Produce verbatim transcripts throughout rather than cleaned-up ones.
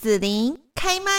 子琳开麦。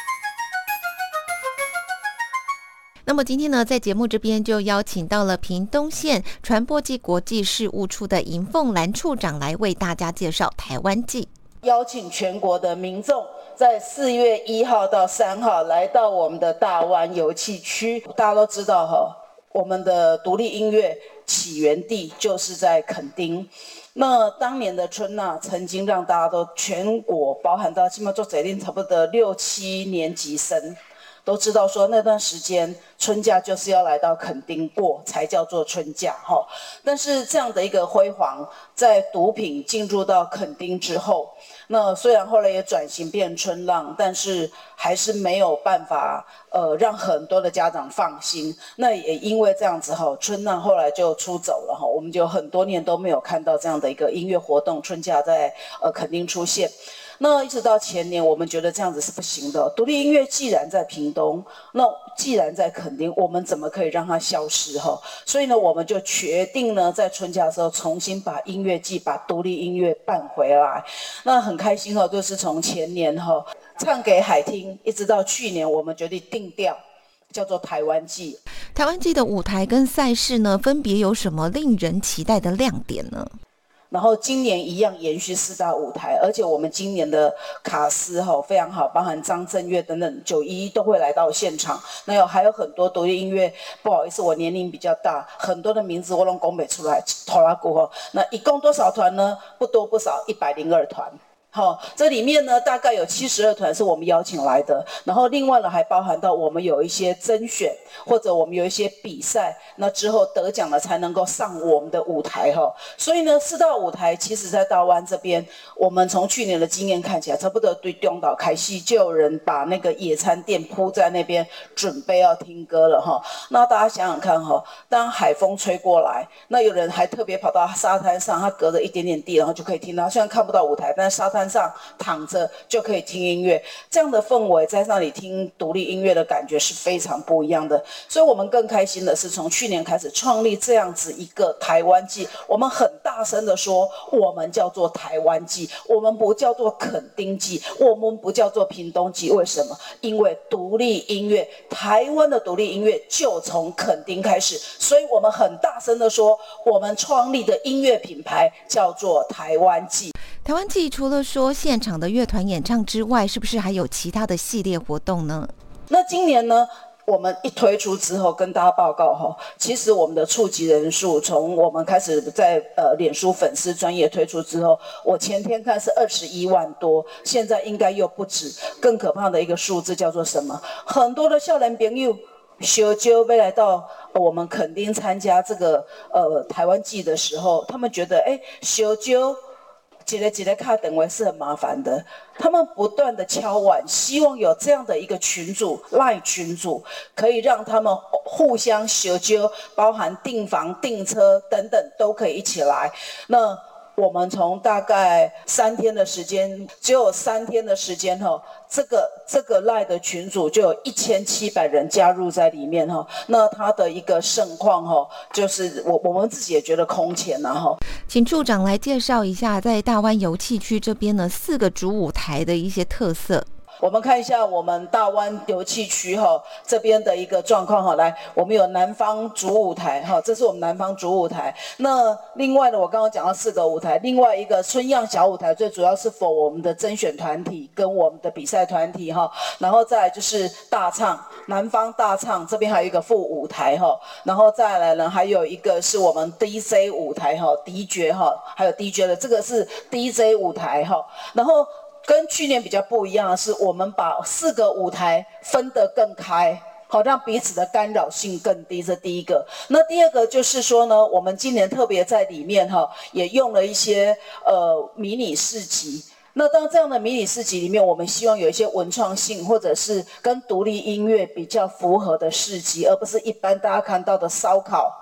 那么今天呢，在节目这边就邀请到了屏东县传播暨国际事务处的尹凤兰处长来为大家介绍台湾祭， 邀请全国的民众在四月一号到三号来到我们的大湾游憩区。大家都知道哈，我们的独立音乐起源地就是在垦丁。那当年的春吶，曾经让大家都全国，包含到起码做决定差不多六七年级生，都知道说那段时间春假就是要来到垦丁过，才叫做春假哈。但是这样的一个辉煌，在毒品进入到垦丁之后，那虽然后来也转型变春浪，但是还是没有办法呃让很多的家长放心。那也因为这样子哈，春浪后来就出走了哈，我们就很多年都没有看到这样的一个音乐活动春假在呃垦丁出现。那一直到前年，我们觉得这样子是不行的。独立音乐既然在屏东，那既然在垦丁，我们怎么可以让它消失哈？所以呢，我们就决定呢，在春假的时候重新把音乐季、把独立音乐办回来。那很开心哈，就是从前年哈唱给海听，一直到去年，我们决定定调叫做台湾祭。 台湾祭的舞台跟赛事呢，分别有什么令人期待的亮点呢？ 然后今年一样延续四大舞台，而且我们今年的卡司哈非常好，包含张震岳等等九一一都会来到现场。那有还有很多独立音乐，不好意思，我年龄比较大，很多的名字我都讲不出来。拖拉鼓哈，那一共多少团呢？不多不少，一百零二团。好，这里面呢大概有七十二团是我们邀请来的，然后另外呢还包含到我们有一些甄选，或者我们有一些比赛，那之后得奖了才能够上我们的舞台哈。所以呢，四大舞台其实在大湾这边，我们从去年的经验看起来，差不多对中岛开戏就有人把那个野餐垫铺在那边，准备要听歌了哈。那大家想想看哈，当海风吹过来，那有人还特别跑到沙滩上，他隔着一点点地，然后就可以听到，虽然看不到舞台，但是沙滩上躺着就可以听音乐，这样的氛围在那里听独立音乐的感觉是非常不一样的。所以我们更开心的是从去年开始创立这样子一个台湾祭，我们很大声的说，我们叫做台湾祭，我们不叫做垦丁祭，我们不叫做屏东祭。为什么？因为独立音乐，台湾的独立音乐就从垦丁开始，所以我们很大声的说，我们创立的音乐品牌叫做台湾祭。 台湾祭除了说现场的乐团演唱之外，是不是还有其他的系列活动呢？ 那今年呢，我们一推出之后跟大家报告哈，其实我们的触及人数从我们开始在呃脸书粉丝专页推出之后，我前天看是二十一万多，现在应该又不止。更可怕的一个数字叫做什么？很多的少年朋友小酒要来到我们垦丁参加这个呃台湾祭的时候，他们觉得哎小酒一个一个卡等位是很麻烦的，他们不断的敲碗，希望有这样的一个群组赖群组，可以让他们互相相揪，包含订房、订车等等都可以一起来。那我们从大概三天的时间，只有三天的时间哈，这个这个赖的群组就有一千七百人加入在里面哈。那它的一个盛况哈，就是我我们自己也觉得空前呐哈。 请处长来介绍一下在大湾游憩区这边呢四个主舞台的一些特色。 我们看一下我们大湾游憩区哈这边的一个状况哈，来，我们有南方主舞台哈，这是我们南方主舞台。那另外呢，我刚刚讲到四个舞台，另外一个春漾小舞台，最主要是 for 我们的甄选团体跟我们的比赛团体哈，然后再来就是大唱，南方大唱这边还有一个副舞台哈，然后再来呢还有一个是我们 D J 舞台哈 ，D J 哈，还有 D J 的这个是 D J 舞台哈，然后。跟去年比较不一样的是，我们把四个舞台分得更开，好让彼此的干扰性更低，这第一个。那第二个就是说呢，我们今年特别在里面哈，也用了一些呃迷你市集。那当这样的迷你市集里面，我们希望有一些文创性，或者是跟独立音乐比较符合的市集，而不是一般大家看到的烧烤。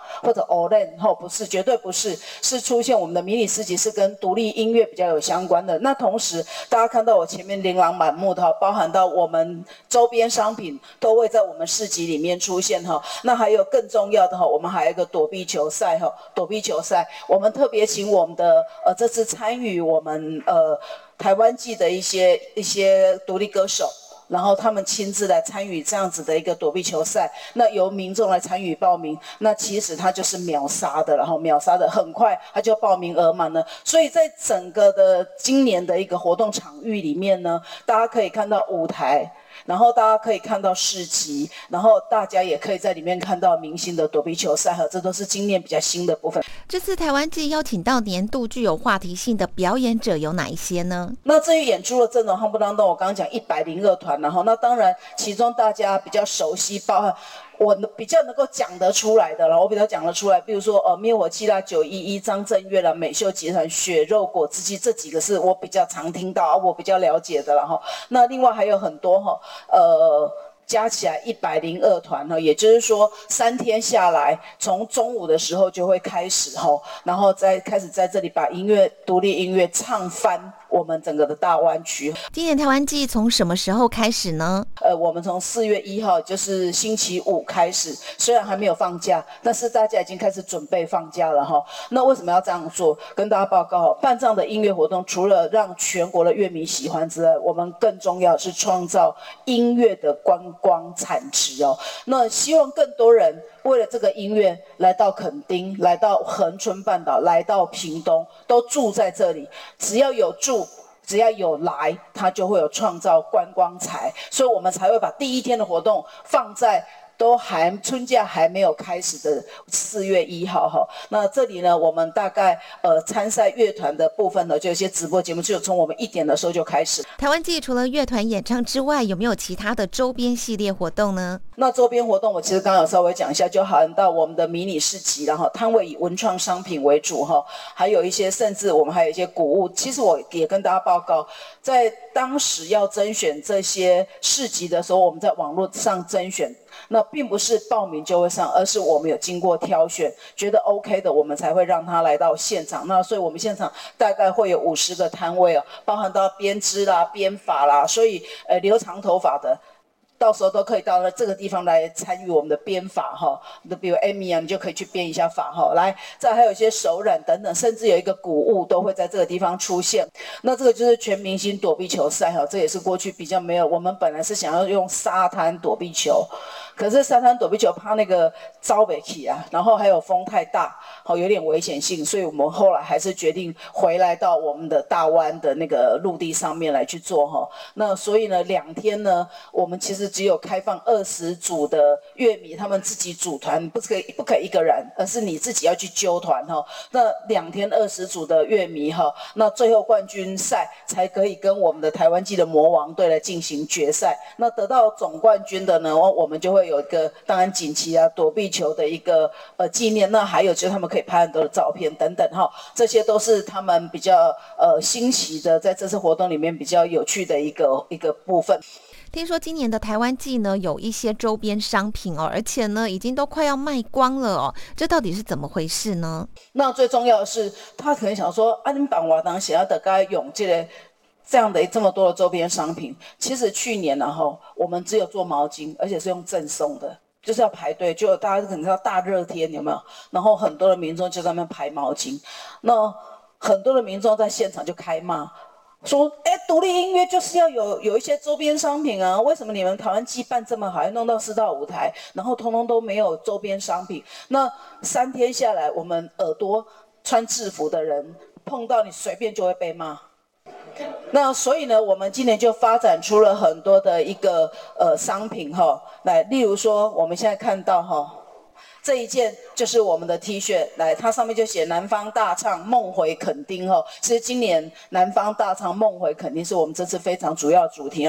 或者 Olen 吼，不是，绝对不是，是出现我们的迷你市集是跟独立音乐比较有相关的。那同时，大家看到我前面琳琅满目的哈，包含到我们周边商品都会在我们市集里面出现哈。那还有更重要的哈，我们还有一个躲避球赛哈，躲避球赛，我们特别请我们的呃这次参与我们呃台湾季的一些一些独立歌手。然后他们亲自来参与这样子的一个躲避球赛，那由民众来参与报名，那其实他就是秒杀的，然后秒杀的很快，他就报名额满了。所以在整个的今年的一个活动场域里面呢，大家可以看到舞台。然后大家可以看到市集，然后大家也可以在里面看到明星的躲避球赛，这都是今年比较新的部分。 这次台湾季邀请到年度具有话题性的表演者有哪一些呢？ 那至于演出的阵容，夯不啷当，我刚刚讲一百零二团，然后那当然其中大家比较熟悉，包含我比较能够讲得出来的了，我比较讲得出来，比如说呃灭火器啦、九一一、张震岳啦、美秀集团、血肉果汁机，这几个是我比较常听到、啊、我比较了解的了哈。那另外还有很多哈，呃。加起来一百零二团哈，也就是说三天下来，从中午的时候就会开始哈，然后再开始在这里把音乐、独立音乐唱翻我们整个的大湾区。 今年台湾季从什么时候开始呢？ 呃，我们从四月一号，就是星期五开始，虽然还没有放假，但是大家已经开始准备放假了哈。那为什么要这样做？跟大家报告，办这样的音乐活动，除了让全国的乐迷喜欢之外，我们更重要的是创造音乐的观光产值哦。那希望更多人为了这个音乐来到垦丁，来到恒春半岛，来到屏东，都住在这里。只要有住，只要有来，它就会有创造观光财，所以我们才会把第一天的活动放在都还春假还没有开始的四月一号哈。那这里呢，我们大概呃参赛乐团的部分呢，就有一些直播节目，就从我们一点的时候就开始。 台湾季除了乐团演唱之外，有没有其他的周边系列活动呢？ 那周边活动我其实刚刚有稍微讲一下，就含到我们的迷你市集，然后摊位以文创商品为主哈，还有一些甚至我们还有一些古物。其实我也跟大家报告，在当时要甄选这些市集的时候，我们在网络上甄选。那并不是报名就会上，而是我们有经过挑选，觉得 OK 的，我们才会让他来到现场。那所以我们现场大概会有五十个摊位哦，包含到编织啦、编发啦，所以呃留长头发的。到时候都可以到了这个地方来参与我们的编法哈，比如 Amy 啊，你就可以去编一下法哈。来，再还有一些手染等等，甚至有一个古物都会在这个地方出现。那这个就是全明星躲避球赛哈，这也是过去比较没有。我们本来是想要用沙滩躲避球，可是沙滩躲避球怕那个招不起啊，然后还有风太大，好有点危险性，所以我们后来还是决定回来到我们的大湾的那个陆地上面来去做哈。那所以呢，两天呢，我们其实只有开放二十组的乐迷，他们自己组团，不可以不可以一个人，而是你自己要去揪团哈。那两天二十组的乐迷哈，那最后冠军赛才可以跟我们的台湾季的魔王队来进行决赛。那得到总冠军的呢，我们就会有一个当然锦旗啊、躲避球的一个呃纪念。那还有就是他们可以拍很多的照片等等哈，这些都是他们比较呃新奇的，在这次活动里面比较有趣的一个一个部分。 听说今年的台湾季呢，有一些周边商品哦，而且呢，已经都快要卖光了哦，这到底是怎么回事呢？ 那最重要的是，他可能想说，啊，你们把我当想要的该用这个这样的这么多的周边商品，其实去年然后我们只有做毛巾，而且是用赠送的。就是要排队，就大家可能知道大热天有没有？然后很多的民众就在那边排毛巾，那很多的民众在现场就开骂。说，哎，独立音乐就是要有有一些周边商品啊，为什么你们台湾季办这么好，还弄到四到五台，然后通通都没有周边商品？那三天下来，我们耳朵穿制服的人碰到你随便就会被骂。那所以呢，我们今年就发展出了很多的一个呃商品哈，来，例如说我们现在看到哈。这一件就是我们的 T 恤，来，它上面就写南方大唱梦回垦丁哈。其实今年南方大唱梦回垦丁是我们这次非常主要的主题。来，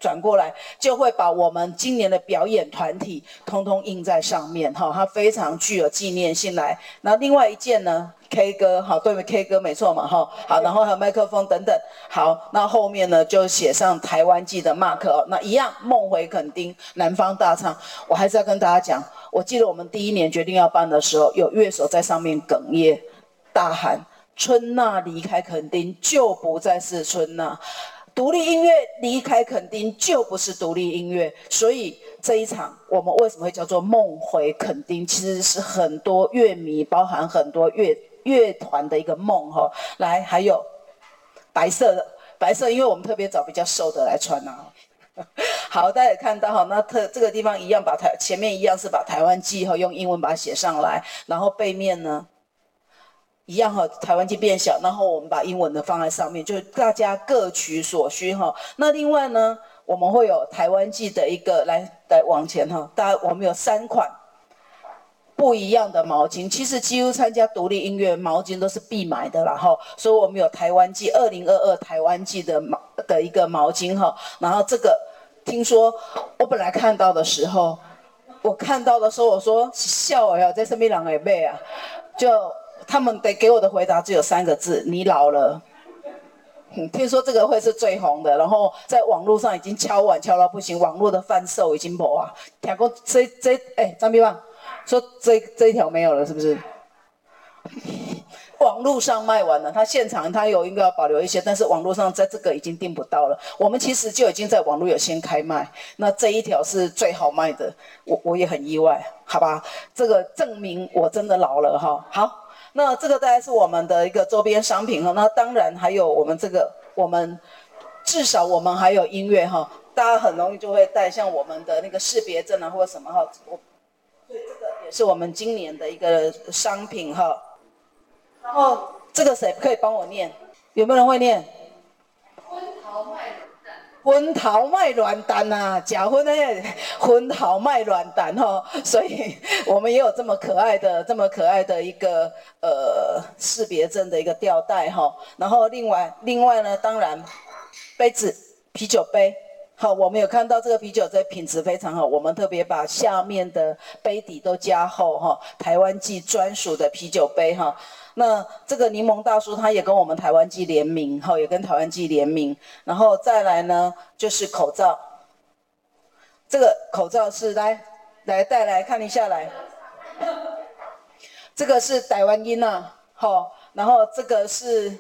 转过来，就会把我们今年的表演团体通通印在上面哈，它非常具有纪念性来。那另外一件呢 ，K 歌好，对没 K 歌没错嘛哈，好，然后还有麦克风等等，好，那后面呢就写上台湾季的 mark 哦，那一样梦回垦丁，南方大唱，我还是要跟大家讲，我记得我们第一年决定要办的时候，有乐手在上面哽咽，大喊。春娜离开垦丁就不再是春娜，独立音乐离开垦丁就不是独立音乐，所以这一场我们为什么会叫做梦回垦丁？其实是很多乐迷，包含很多乐乐团的一个梦哈。来，还有白色的白色，因为我们特别找比较瘦的来穿啊。好，大家也看到哈，那特这个地方一样把台前面一样是把台湾记哈用英文把它写上来，然后背面呢？一样哈，台湾季变小，然后我们把英文的放在上面，就是大家各取所需哈。那另外呢，我们会有台湾季的一个来来往前哈，大家我们有三款不一样的毛巾，其实几乎参加独立音乐毛巾都是必买的啦哈，所以我们有台湾季二零二二台湾季的毛的一个毛巾哈。然后这个听说我本来看到的时候，我看到的时候我说笑呀，在身边人也背啊，就。他们得给我的回答只有三个字：你老了。嗯，听说这个会是最红的，然后在网络上已经敲碗敲到不行，网络的贩售已经没啊。听过这这哎，张碧旺说这这一条没有了，是不是？网络上卖完了，他现场他有应该要保留一些，但是网络上在这个已经订不到了。我们其实就已经在网络有先开卖，那这一条是最好卖的，我我也很意外，好吧？这个证明我真的老了哈。好。那这个大概是我们的一个周边商品哈，那当然还有我们这个，我们至少我们还有音乐哈，大家很容易就会带像我们的那个识别证啊或者什么哈，所以这个也是我们今年的一个商品哈。然后这个谁可以帮我念？有没有人会念？昏桃麦卵蛋，昏桃麦卵蛋啊，假婚的昏桃麦卵蛋哈，所以我们也有这么可爱的、这么可爱的一个呃识别证的一个吊带哈。然后另外另外呢，当然杯子、啤酒杯。好，我们有看到这个啤酒这品质非常好，我们特别把下面的杯底都加厚哈，台湾季专属的啤酒杯哈。那这个柠檬大叔他也跟我们台湾季联名哈，也跟台湾季联名。然后再来呢，就是口罩，这个口罩是来来带来看一下来，这个是台湾音啊，好，然后这个是。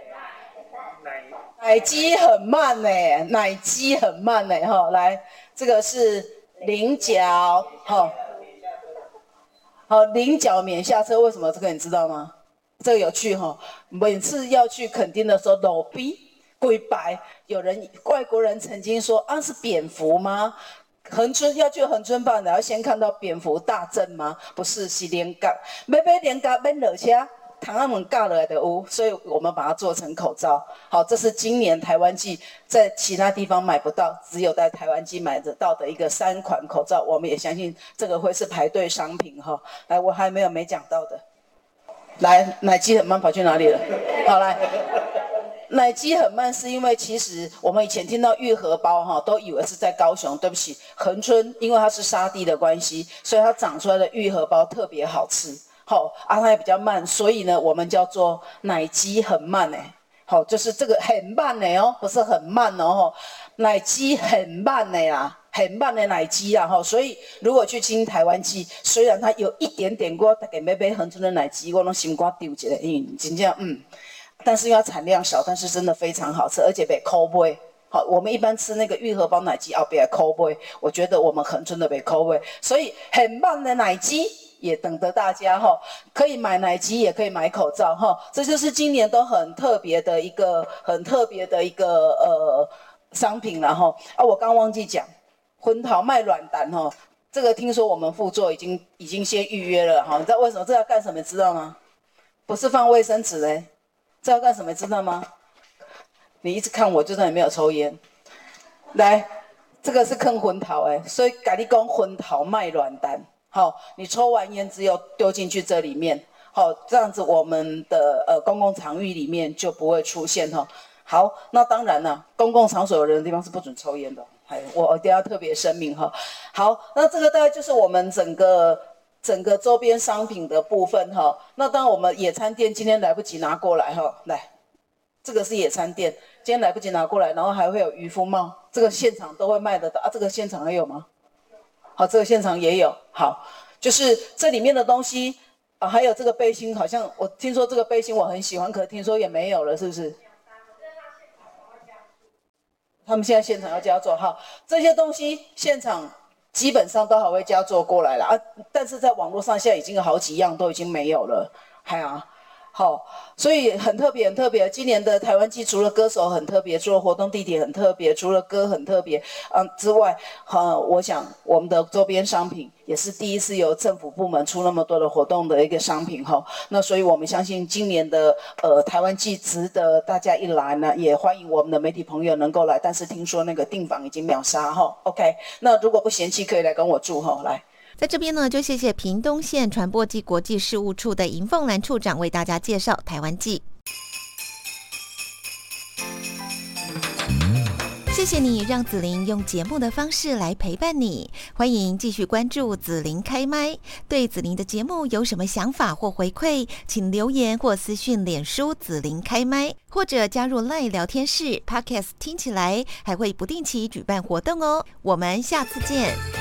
奶机很慢呢，奶机很慢呢，哈，来，这个是菱角，哈，好，菱角免下车，为什么这个你知道吗？这个有趣哈，每次要去垦丁的时候，路边跪拜，有人外国人曾经说啊，是蝙蝠吗？恒春要去恒春办的，要先看到蝙蝠大阵吗？不是，是连角，要买连角，免落车。糖阿们尬了的屋，所以我们把它做成口罩。好，这是今年台湾季在其他地方买不到，只有在台湾季买得到的一个三款口罩。我们也相信这个会是排队商品哈。来，我还没有没讲到的。来，奶机很慢跑去哪里了？好来，奶机很慢是因为其实我们以前听到玉荷包哈，都以为是在高雄。对不起，恒春因为它是沙地的关系，所以它长出来的玉荷包特别好吃。好，啊，它也比较慢，所以呢，我们叫做奶机很慢哎。好，就是这个很慢的哦，不是很慢哦，奶机很慢的啦，很慢的奶机啦哈。所以如果去听台湾季，虽然它有一点点我大概要买恒春的奶机，我拢心肝丢一下，嗯，真正嗯，但是因为它产量少，但是真的非常好吃，而且被抠杯。好，我们一般吃那个玉荷包奶机，后边抠杯，我觉得我们恒春的被抠杯，所以很慢的奶机。也等着大家哈，可以买奶机，也可以买口罩哈，这就是今年都很特别的一个很特别的一个呃商品了哈。啊，我刚忘记讲，昏桃麦卵蛋哈，这个听说我们副座已经已经先预约了哈，你知道为什么？这要干什么？知道吗？不是放卫生纸嘞，这要干什么？知道吗？你一直看我，就算你没有抽烟。来，这个是坑昏桃哎，所以改你讲昏桃麦卵蛋。好，你抽完烟之后丢进去这里面，好，这样子我们的呃公共场域里面就不会出现哈。 好，那当然了，公共场所有人的地方是不准抽烟的，哎，我一定要特别声明哈。好，那这个大概就是我们整个整个周边商品的部分哈。那当然我们野餐垫今天来不及拿过来哈，来，这个是野餐垫，今天来不及拿过来，然后还会有渔夫帽，这个现场都会卖得到啊。这个现场还有吗？好，这个现场也有。好，就是这里面的东西啊，还有这个背心，好像我听说这个背心我很喜欢，可听说也没有了，是不是？他们现在现场要加做，好，这些东西现场基本上都还会加做过来了啊，但是在网络上现在已经有好几样都已经没有了，还啊，好，所以很特别很特别。今年的台湾季除了歌手很特别，除了活动地点很特别，除了歌很特别，嗯之外，呃，我想我们的周边商品也是第一次由政府部门出那么多的活动的一个商品哈。那所以我们相信今年的呃台湾季值得大家一来呢，也欢迎我们的媒体朋友能够来。但是听说那个订房已经秒杀哈 ，OK， 那如果不嫌弃可以来跟我住哈，来。 在这边呢，就谢谢屏东县传播暨国际事务处的尹凤兰处长为大家介绍台湾季。谢谢你让子琳用节目的方式来陪伴你，欢迎继续关注子琳开麦。对子琳的节目有什么想法或回馈，请留言或私讯脸书子琳开麦，或者加入 LINE 聊天室 Podcast 听起来还会不定期举办活动哦。我们下次见。